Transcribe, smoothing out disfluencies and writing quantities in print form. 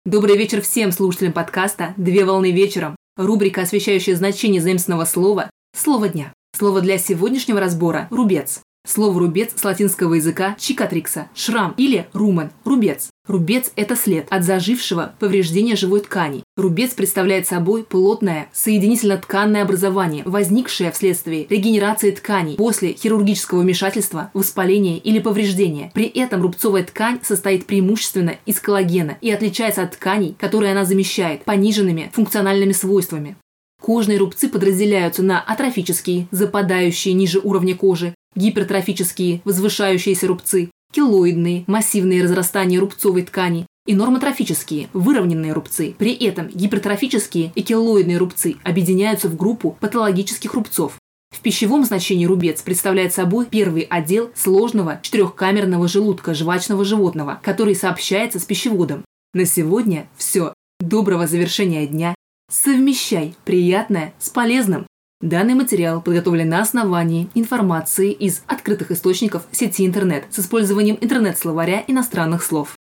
Добрый вечер всем слушателям подкаста «Две волны вечером». Рубрика, освещающая значение заимственного слова «Слово дня». Слово для сегодняшнего разбора – «рубец». Слово «рубец» с латинского языка «чикатрикса» – шрам или румен – рубец. Рубец – это след от зажившего повреждения живой ткани. Рубец представляет собой плотное соединительно-тканное образование, возникшее вследствие регенерации тканей после хирургического вмешательства, воспаления или повреждения. При этом рубцовая ткань состоит преимущественно из коллагена и отличается от тканей, которые она замещает, пониженными функциональными свойствами. Кожные рубцы подразделяются на атрофические, западающие ниже уровня кожи, гипертрофические, возвышающиеся рубцы, келоидные, массивные разрастания рубцовой ткани и нормотрофические, выровненные рубцы. При этом гипертрофические и келоидные рубцы объединяются в группу патологических рубцов. В пищевом значении рубец представляет собой первый отдел сложного четырехкамерного желудка жвачного животного, который сообщается с пищеводом. На сегодня все. Доброго завершения дня. Совмещай приятное с полезным. Данный материал подготовлен на основании информации из открытых источников сети интернет с использованием интернет-словаря иностранных слов.